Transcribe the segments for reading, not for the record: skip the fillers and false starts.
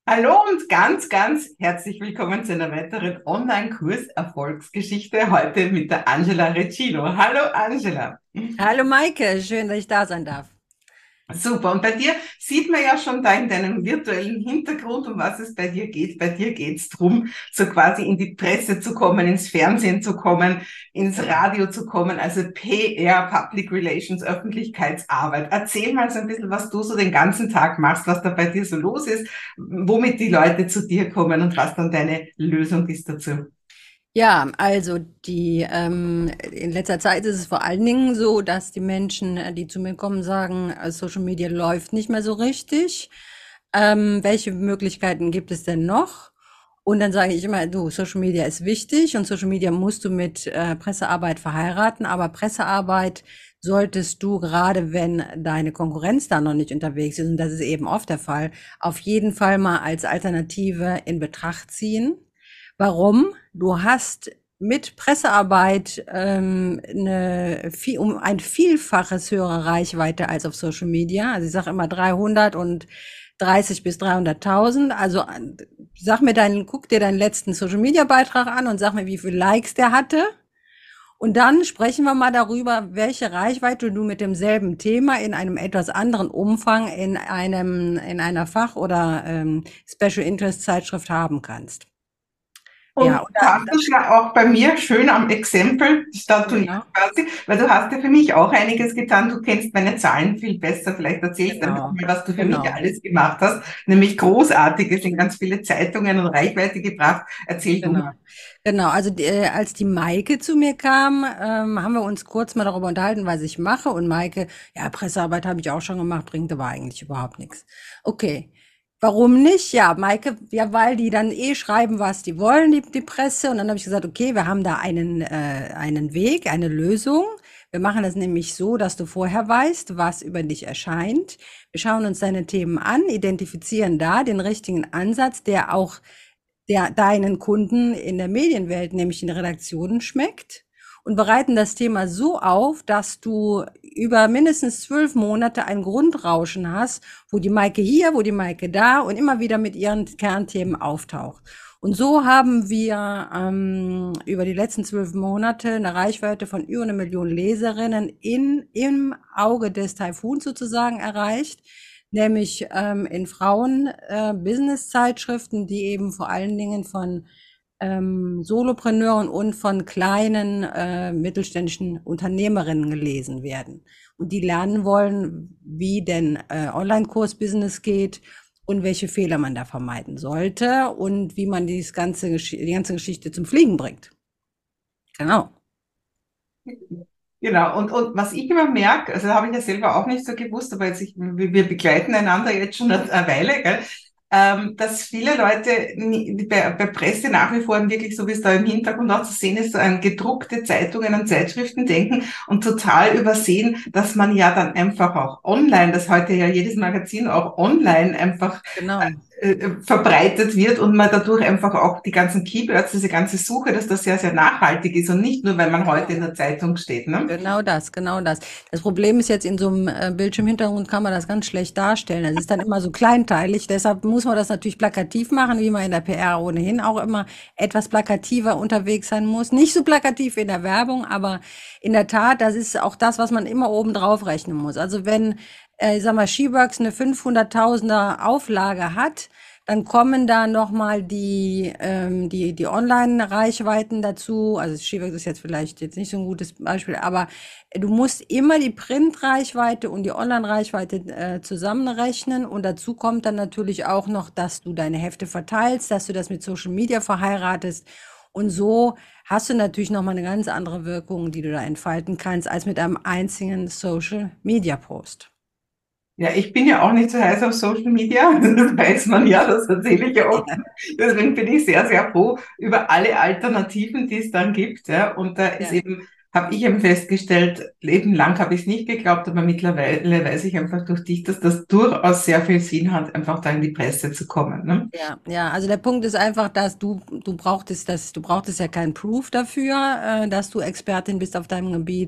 Hallo und ganz herzlich willkommen zu einer weiteren Online-Kurs-Erfolgsgeschichte. Heute mit der Angela Recino. Hallo Angela. Hallo Maike, schön, dass ich da sein darf. Super. Und bei dir sieht man ja schon da in deinem virtuellen Hintergrund, um was es bei dir geht. Bei dir geht's drum, so quasi in die Presse zu kommen, ins Fernsehen zu kommen, ins Radio zu kommen, also PR, Public Relations, Öffentlichkeitsarbeit. Erzähl mal so ein bisschen, was du so den ganzen Tag machst, was da bei dir so los ist, womit die Leute zu dir kommen und was dann deine Lösung ist dazu. Ja, also in letzter Zeit ist es vor allen Dingen so, dass die Menschen, die zu mir kommen, sagen, Social Media läuft nicht mehr so richtig. Welche Möglichkeiten gibt es denn noch? Und dann sage ich immer, du, Social Media ist wichtig und Social Media musst du mit Pressearbeit verheiraten, aber Pressearbeit solltest du, gerade wenn deine Konkurrenz da noch nicht unterwegs ist, und das ist eben oft der Fall, auf jeden Fall mal als Alternative in Betracht ziehen. Warum? Du hast mit Pressearbeit um ein Vielfaches höhere Reichweite als auf Social Media. Also ich sage immer 330 bis 300.000. Also guck dir deinen letzten Social Media Beitrag an und sag mir, wie viele Likes der hatte. Und dann sprechen wir mal darüber, welche Reichweite du mit demselben Thema in einem etwas anderen Umfang in einer Fach- oder Special Interest Zeitschrift haben kannst. Ja, Und das hast du schon auch bei mir schön am Exempel statuiert genau, quasi, weil du hast ja für mich auch einiges getan. Du kennst meine Zahlen viel besser. Vielleicht erzählst du einfach genau, mal, was du für mich genau, alles gemacht hast. Nämlich Großartiges in ganz viele Zeitungen und Reichweite gebracht. Erzähl du genau. mal. Genau, also als die Maike zu mir kam, haben wir uns kurz mal darüber unterhalten, was ich mache. Und Maike, ja, Pressearbeit habe ich auch schon gemacht, bringt aber eigentlich überhaupt nichts. Okay, warum nicht? Ja, Maike, ja, weil die dann eh schreiben, was die wollen, die Presse. Und dann habe ich gesagt, okay, wir haben da einen Weg, eine Lösung. Wir machen das nämlich so, dass du vorher weißt, was über dich erscheint. Wir schauen uns deine Themen an, identifizieren da den richtigen Ansatz, der auch deinen Kunden in der Medienwelt, nämlich in Redaktionen, schmeckt und bereiten das Thema so auf, dass du über mindestens 12 Monate ein Grundrauschen hast, wo die Maike hier, wo die Maike da und immer wieder mit ihren Kernthemen auftaucht. Und so haben wir über die letzten 12 Monate eine Reichweite von über 1 Million Leserinnen im Auge des Taifuns sozusagen erreicht, nämlich in Frauen-Business-Zeitschriften, die eben vor allen Dingen von Solopreneuren und von kleinen mittelständischen Unternehmerinnen gelesen werden. Und die lernen wollen, wie denn Online-Kurs-Business geht und welche Fehler man da vermeiden sollte und wie man die ganze Geschichte zum Fliegen bringt. Genau. Genau, und was ich immer merke, also habe ich ja selber auch nicht so gewusst, aber wir begleiten einander jetzt schon eine Weile, gell? Dass viele Leute bei Presse nach wie vor wirklich, so wie es da im Hintergrund auch zu sehen ist, so an gedruckte Zeitungen und Zeitschriften denken und total übersehen, dass man ja dann einfach auch online, dass heute ja jedes Magazin auch online einfach Genau. verbreitet wird und man dadurch einfach auch die ganzen Keywords, diese ganze Suche, dass das sehr nachhaltig ist und nicht nur, weil man heute in Genau. der Zeitung steht, ne? Genau das, genau das. Das Problem ist jetzt, in so einem Bildschirmhintergrund kann man das ganz schlecht darstellen. Das ist dann immer so kleinteilig. Deshalb muss man das natürlich plakativ machen, wie man in der PR ohnehin auch immer etwas plakativer unterwegs sein muss. Nicht so plakativ in der Werbung, aber in der Tat, das ist auch das, was man immer oben drauf rechnen muss. Also wenn, ich sag mal, Sheworks eine 500.000er Auflage hat, dann kommen da noch mal die Online-Reichweiten dazu. Also Sheworks ist jetzt vielleicht jetzt nicht so ein gutes Beispiel, aber du musst immer die Print-Reichweite und die Online-Reichweite zusammenrechnen. Und dazu kommt dann natürlich auch noch, dass du deine Hefte verteilst, dass du das mit Social Media verheiratest. Und so hast du natürlich noch mal eine ganz andere Wirkung, die du da entfalten kannst, als mit einem einzigen Social-Media-Post. Ja, ich bin ja auch nicht so heiß auf Social Media, das weiß man ja, das erzähle ich ja oft. Deswegen bin ich sehr froh über alle Alternativen, die es dann gibt. Ja. Und da ist Ja. eben, habe ich eben festgestellt, Leben lang habe ich es nicht geglaubt, aber mittlerweile weiß ich einfach durch dich, dass das durchaus sehr viel Sinn hat, einfach da in die Presse zu kommen. Ne? Ja, ja, also der Punkt ist einfach, dass du brauchtest ja keinen Proof dafür, dass du Expertin bist auf deinem Gebiet.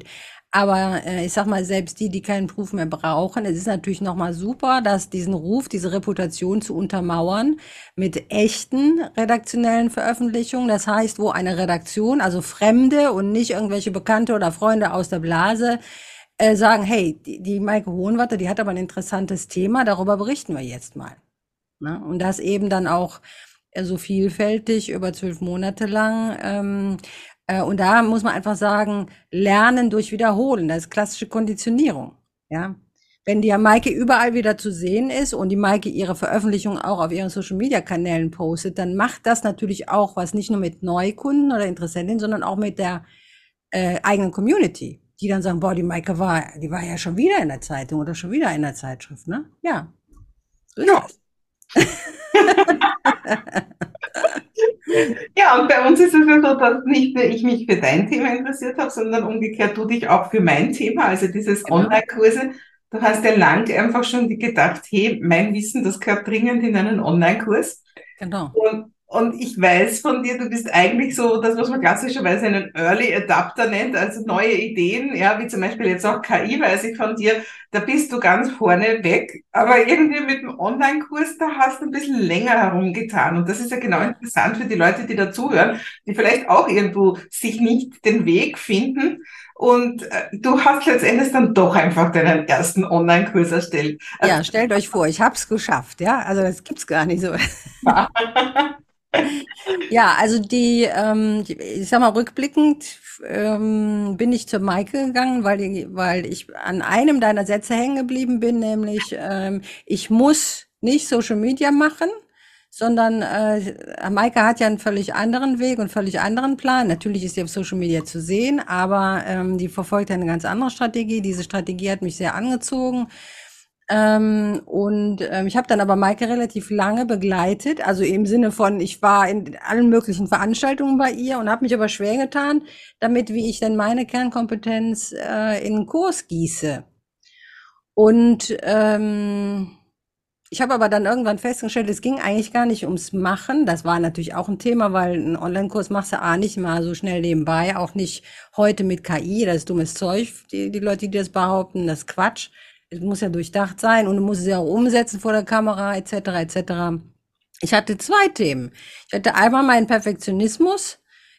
Aber ich sag mal, selbst die keinen Proof mehr brauchen, es ist natürlich nochmal super, dass diesen Ruf, diese Reputation zu untermauern mit echten redaktionellen Veröffentlichungen. Das heißt, wo eine Redaktion, also Fremde und nicht irgendwelche Bekannte oder Freunde aus der Blase, sagen, hey, die Maike Hohenwarter, die hat aber ein interessantes Thema, darüber berichten wir jetzt mal. Ne? Und das eben dann auch so vielfältig über 12 Monate lang. Und da muss man einfach sagen, lernen durch Wiederholen, das ist klassische Konditionierung. Ja, wenn die Maike überall wieder zu sehen ist und die Maike ihre Veröffentlichung auch auf ihren Social-Media-Kanälen postet, dann macht das natürlich auch was, nicht nur mit Neukunden oder Interessentinnen, sondern auch mit der eigenen Community, die dann sagen, boah, die war ja schon wieder in der Zeitung oder schon wieder in der Zeitschrift, ne? Ja, so ist Ja. das. Ja, und bei uns ist es ja so, dass nicht nur ich mich für dein Thema interessiert habe, sondern umgekehrt du dich auch für mein Thema, also dieses Genau, Online-Kurse. Du hast ja lang einfach schon gedacht, hey, mein Wissen, das gehört dringend in einen Online-Kurs. genau. Und ich weiß von dir, du bist eigentlich so das, was man klassischerweise einen Early Adapter nennt, also neue Ideen, ja, wie zum Beispiel jetzt auch KI, weiß ich von dir, da bist du ganz vorne weg. Aber irgendwie mit dem Online-Kurs, da hast du ein bisschen länger herumgetan. Und das ist ja genau Ja. interessant für die Leute, die dazuhören, die vielleicht auch irgendwo sich nicht den Weg finden. Und du hast letztendlich dann doch einfach deinen ersten Online-Kurs erstellt. Ja, stellt euch vor, ich habe es geschafft, ja? Also, das gibt's gar nicht so. Ja, also ich sag mal, rückblickend bin ich zur Maike gegangen, weil ich an einem deiner Sätze hängen geblieben bin, nämlich ich muss nicht Social Media machen, sondern Maike hat ja einen völlig anderen Weg und völlig anderen Plan. Natürlich ist sie auf Social Media zu sehen, aber die verfolgt ja eine ganz andere Strategie. Diese Strategie hat mich sehr angezogen. Ich habe dann aber Maike relativ lange begleitet, also im Sinne von, ich war in allen möglichen Veranstaltungen bei ihr und habe mich aber schwer getan, damit, wie ich denn meine Kernkompetenz in einen Kurs gieße. Und ich habe aber dann irgendwann festgestellt, es ging eigentlich gar nicht ums Machen. Das war natürlich auch ein Thema, weil einen Online-Kurs machst du A nicht mal so schnell nebenbei, auch nicht heute mit KI, das ist dummes Zeug, die Leute, die das behaupten, das ist Quatsch. Es muss ja durchdacht sein und du musst es ja auch umsetzen vor der Kamera, etc., etc. Ich hatte zwei Themen. Ich hatte einmal meinen Perfektionismus,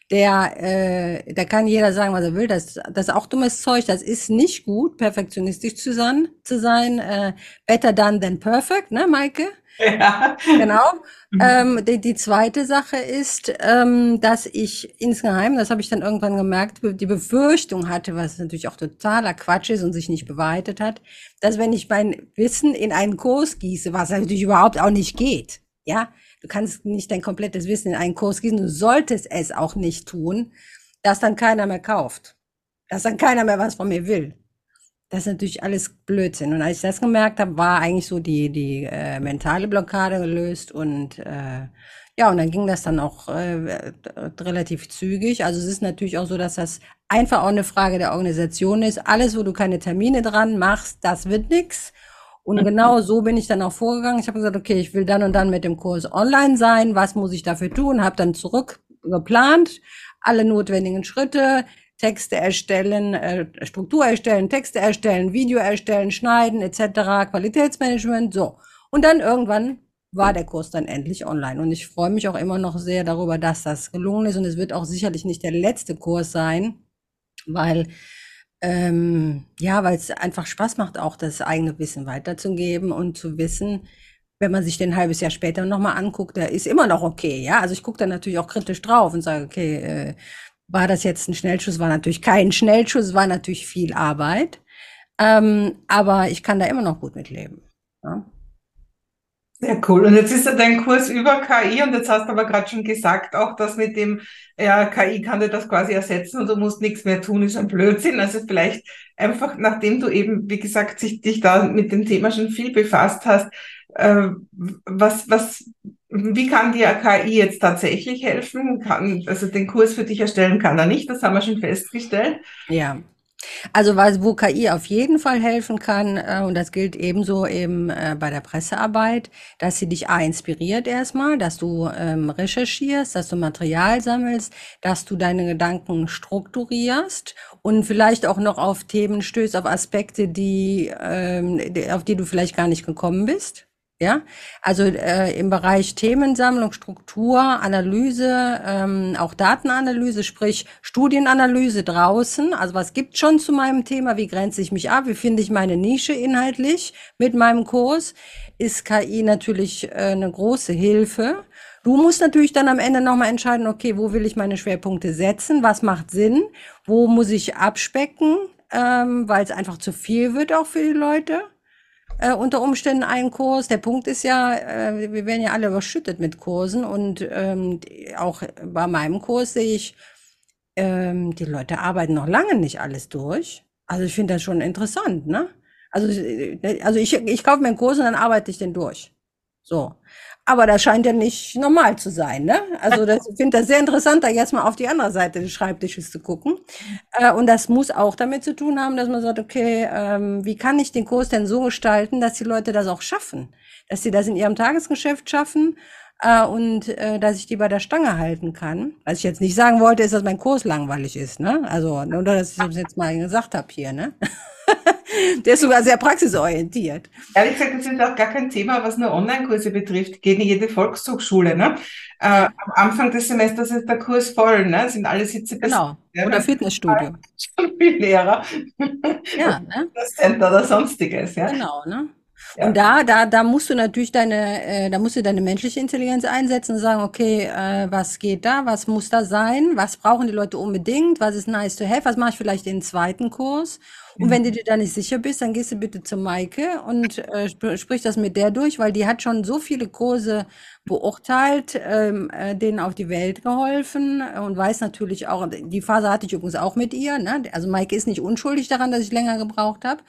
da kann jeder sagen, was er will. Das ist auch dummes Zeug. Das ist nicht gut, perfektionistisch zu sein. Better done than perfect, ne, Maike? Ja. Genau. Die zweite Sache ist, dass ich insgeheim, das habe ich dann irgendwann gemerkt, die Befürchtung hatte, was natürlich auch totaler Quatsch ist und sich nicht bewahrheitet hat, dass wenn ich mein Wissen in einen Kurs gieße, was natürlich überhaupt auch nicht geht, ja, du kannst nicht dein komplettes Wissen in einen Kurs gießen, du solltest es auch nicht tun, dass dann keiner mehr kauft, dass dann keiner mehr was von mir will. Das ist natürlich alles Blödsinn. Und als ich das gemerkt habe, war eigentlich so die mentale Blockade gelöst ja, und dann ging das dann auch relativ zügig. Also es ist natürlich auch so, dass das einfach auch eine Frage der Organisation ist. Alles, wo du keine Termine dran machst, das wird nix. Und genau so bin ich dann auch vorgegangen. Ich habe gesagt, okay, ich will dann und dann mit dem Kurs online sein. Was muss ich dafür tun? Habe dann zurückgeplant, alle notwendigen Schritte, Texte erstellen, Struktur erstellen, Texte erstellen, Video erstellen, schneiden etc., Qualitätsmanagement, so. Und dann irgendwann war der Kurs dann endlich online. Und ich freue mich auch immer noch sehr darüber, dass das gelungen ist. Und es wird auch sicherlich nicht der letzte Kurs sein, weil ja, weil es einfach Spaß macht, auch das eigene Wissen weiterzugeben und zu wissen, wenn man sich den ein halbes Jahr später nochmal anguckt, der ist immer noch okay, ja. Also ich gucke dann natürlich auch kritisch drauf und sage, okay, war das jetzt ein Schnellschuss? War natürlich kein Schnellschuss, war natürlich viel Arbeit. Aber ich kann da immer noch gut mitleben. Ja. Sehr cool. Und jetzt ist ja dein Kurs über KI und jetzt hast du aber gerade schon gesagt, auch das mit dem, ja, KI kann dir das quasi ersetzen und du musst nichts mehr tun, ist ein Blödsinn. Also vielleicht einfach, nachdem du eben, wie gesagt, dich da mit dem Thema schon viel befasst hast, äh, wie kann dir KI jetzt tatsächlich helfen? Also den Kurs für dich erstellen kann er nicht, das haben wir schon festgestellt. Ja. Also wo KI auf jeden Fall helfen kann, und das gilt ebenso eben bei der Pressearbeit, dass sie dich inspiriert erstmal, dass du recherchierst, dass du Material sammelst, dass du deine Gedanken strukturierst und vielleicht auch noch auf Themen stößt, auf Aspekte, auf die du vielleicht gar nicht gekommen bist. Ja, also im Bereich Themensammlung, Struktur, Analyse, auch Datenanalyse, sprich Studienanalyse draußen. Also was gibt schon zu meinem Thema? Wie grenze ich mich ab? Wie finde ich meine Nische inhaltlich mit meinem Kurs? Ist KI natürlich eine große Hilfe. Du musst natürlich dann am Ende nochmal entscheiden, okay, wo will ich meine Schwerpunkte setzen? Was macht Sinn? Wo muss ich abspecken? Weil es einfach zu viel wird auch für die Leute unter Umständen einen Kurs. Der Punkt ist ja, wir werden ja alle überschüttet mit Kursen und auch bei meinem Kurs sehe ich, die Leute arbeiten noch lange nicht alles durch. Also ich finde das schon interessant, ne? Also ich kaufe mir einen Kurs und dann arbeite ich den durch. So. Aber das scheint ja nicht normal zu sein, ne? Also ich finde das sehr interessant, da jetzt mal auf die andere Seite des Schreibtisches zu gucken. Und das muss auch damit zu tun haben, dass man sagt, okay, wie kann ich den Kurs denn so gestalten, dass die Leute das auch schaffen? Dass sie das in ihrem Tagesgeschäft schaffen und dass ich die bei der Stange halten kann. Was ich jetzt nicht sagen wollte, ist, dass mein Kurs langweilig ist, ne? Also, nur dass ich das jetzt mal gesagt habe hier, ne? Der ist sogar sehr praxisorientiert. Ehrlich gesagt, das ist auch gar kein Thema, was nur Online-Kurse betrifft. Geht in jede Volkshochschule, ne? Ja, Am Anfang des Semesters ist der Kurs voll, ne? Sind alle Sitze besetzt. genau. Ja, Oder dann Fitnessstudio. schon viel Lehrer. Ja, ne? Das Center oder sonstiges, ja. Genau, ne? Und Ja. da musst du natürlich da musst du deine menschliche Intelligenz einsetzen und sagen, okay, was geht da, was muss da sein, was brauchen die Leute unbedingt, was ist nice to have, was mache ich vielleicht in den zweiten Kurs? Und wenn du dir da nicht sicher bist, dann gehst du bitte zu Maike und sprich das mit der durch, weil die hat schon so viele Kurse beurteilt, denen auf die Welt geholfen und weiß natürlich auch, die Phase hatte ich übrigens auch mit ihr, ne? Also Maike ist nicht unschuldig daran, dass ich länger gebraucht habe.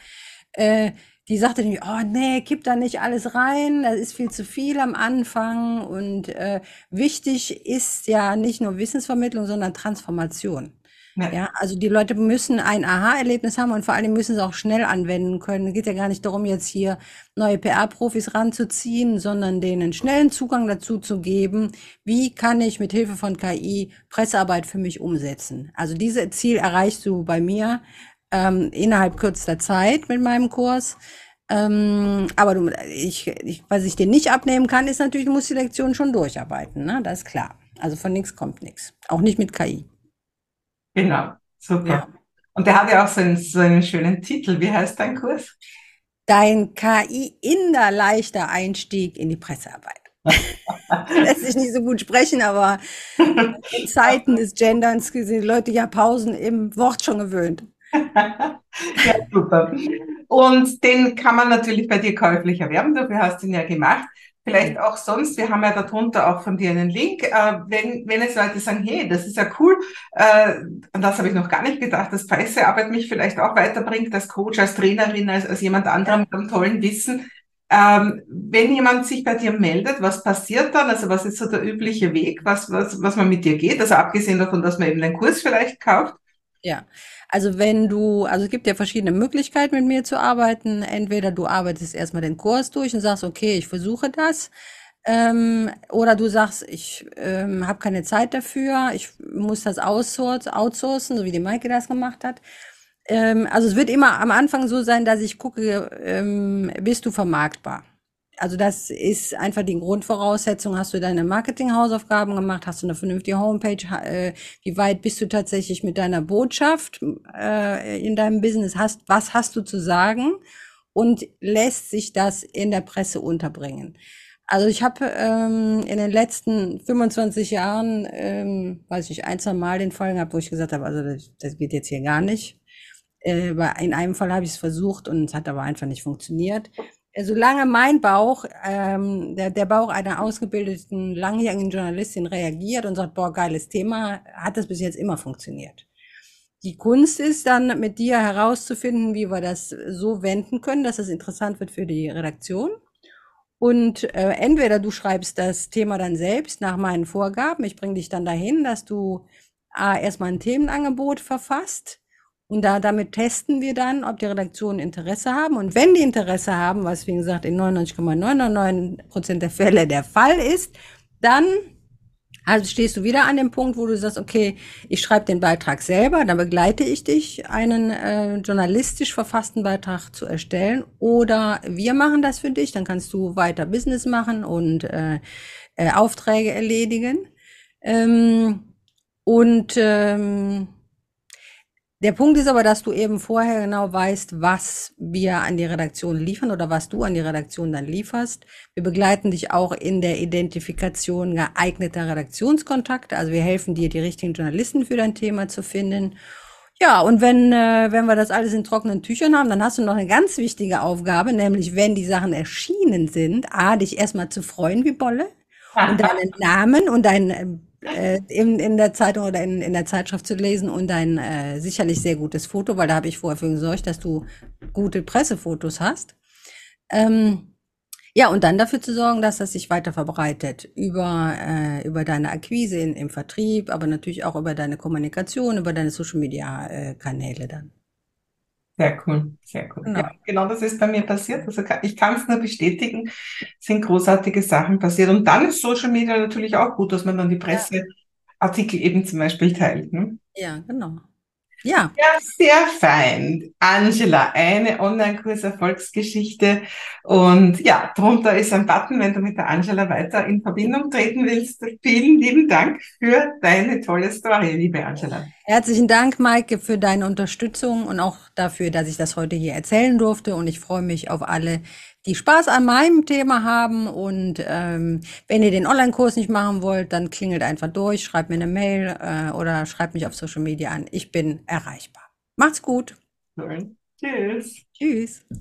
Die sagte nämlich, oh nee, kipp da nicht alles rein, das ist viel zu viel am Anfang. Und wichtig ist ja nicht nur Wissensvermittlung, sondern Transformation. Ja. Ja, also die Leute müssen ein Aha-Erlebnis haben und vor allem müssen sie auch schnell anwenden können. Es geht ja gar nicht darum, jetzt hier neue PR-Profis ranzuziehen, sondern denen schnellen Zugang dazu zu geben, wie kann ich mit Hilfe von KI Pressearbeit für mich umsetzen. Also dieses Ziel erreichst du bei mir innerhalb kürzester Zeit mit meinem Kurs. Aber was ich dir nicht abnehmen kann, ist natürlich, du musst die Lektion schon durcharbeiten, ne? Das ist klar. Also von nichts kommt nichts. Auch nicht mit KI. Genau, super. Ja. Und der hat ja auch so einen schönen Titel. Wie heißt dein Kurs? Dein KI-leichter Einstieg in die Pressearbeit. Lässt sich nicht so gut sprechen, aber in Zeiten des Genderns sind die Leute ja Pausen im Wort schon gewöhnt. Ja, super. Und den kann man natürlich bei dir käuflich erwerben, dafür hast du ihn ja gemacht. Vielleicht auch sonst, wir haben ja darunter auch von dir einen Link, wenn jetzt Leute sagen, hey, das ist ja cool, an das habe ich noch gar nicht gedacht, dass Pressearbeit mich vielleicht auch weiterbringt, als Coach, als Trainerin, als jemand anderem Ja. mit einem tollen Wissen. Wenn jemand sich bei dir meldet, was passiert dann? Also was ist so der übliche Weg, was man mit dir geht? Also abgesehen davon, dass man eben den Kurs vielleicht kauft. Ja, also es gibt ja verschiedene Möglichkeiten, mit mir zu arbeiten. Entweder du arbeitest erstmal den Kurs durch und sagst, okay, ich versuche das. Oder du sagst, ich habe keine Zeit dafür, ich muss das outsourcen, so wie die Maike das gemacht hat. Also es wird immer am Anfang so sein, dass ich gucke, bist du vermarktbar? Also das ist einfach die Grundvoraussetzung. Hast du deine Marketing-Hausaufgaben gemacht? Hast du eine vernünftige Homepage? Wie weit bist du tatsächlich mit deiner Botschaft in deinem Business? Was hast du zu sagen? Und lässt sich das in der Presse unterbringen? Also ich habe in den letzten 25 Jahren, weiß ich, ein, zwei Mal den Fall gehabt, wo ich gesagt habe, also das geht jetzt hier gar nicht. In einem Fall habe ich es versucht und es hat aber einfach nicht funktioniert. Solange mein Bauch, der Bauch einer ausgebildeten, langjährigen Journalistin reagiert und sagt, boah, geiles Thema, hat das bis jetzt immer funktioniert. Die Kunst ist dann mit dir herauszufinden, wie wir das so wenden können, dass es interessant wird für die Redaktion. Und entweder du schreibst das Thema dann selbst nach meinen Vorgaben, ich bringe dich dann dahin, dass du erstmal ein Themenangebot verfasst Und damit testen wir dann, ob die Redaktionen Interesse haben. Und wenn die Interesse haben, was wie gesagt in 99,999% der Fälle der Fall ist, dann also stehst du wieder an dem Punkt, wo du sagst, okay, ich schreibe den Beitrag selber, dann begleite ich dich, einen journalistisch verfassten Beitrag zu erstellen, oder wir machen das für dich, dann kannst du weiter Business machen und Aufträge erledigen. Und der Punkt ist aber, dass du eben vorher genau weißt, was wir an die Redaktion liefern oder was du an die Redaktion dann lieferst. Wir begleiten dich auch in der Identifikation geeigneter Redaktionskontakte. Also wir helfen dir, die richtigen Journalisten für dein Thema zu finden. Ja, und wenn wir das alles in trockenen Tüchern haben, dann hast du noch eine ganz wichtige Aufgabe, nämlich wenn die Sachen erschienen sind, dich erstmal zu freuen wie Bolle und deinen Namen und deinen in der Zeitung oder in der Zeitschrift zu lesen und ein sicherlich sehr gutes Foto, weil da habe ich vorher für gesorgt, dass du gute Pressefotos hast. Ja, und dann dafür zu sorgen, dass das sich weiter verbreitet über deine Akquise im Vertrieb, aber natürlich auch über deine Kommunikation, über deine Social Media Kanäle dann. Sehr cool, sehr cool. Ja, Genau. genau das ist bei mir passiert. Also ich kann es nur bestätigen, es sind großartige Sachen passiert. Und dann ist Social Media natürlich auch gut, dass man dann die Ja, Presseartikel eben zum Beispiel teilt. Ne? ja, genau. Ja, Ja, sehr fein. Angela, eine Online-Kurs-Erfolgsgeschichte. Und ja, drunter ist ein Button, wenn du mit der Angela weiter in Verbindung treten willst. Vielen lieben Dank für deine tolle Story, liebe Angela. herzlichen Dank, Maike, für deine Unterstützung und auch dafür, dass ich das heute hier erzählen durfte. Und ich freue mich auf alle, die Spaß an meinem Thema haben. Und wenn ihr den Online-Kurs nicht machen wollt, dann klingelt einfach durch, schreibt mir eine Mail oder schreibt mich auf Social Media an. Ich bin erreichbar. Macht's gut. Tschüss. Tschüss.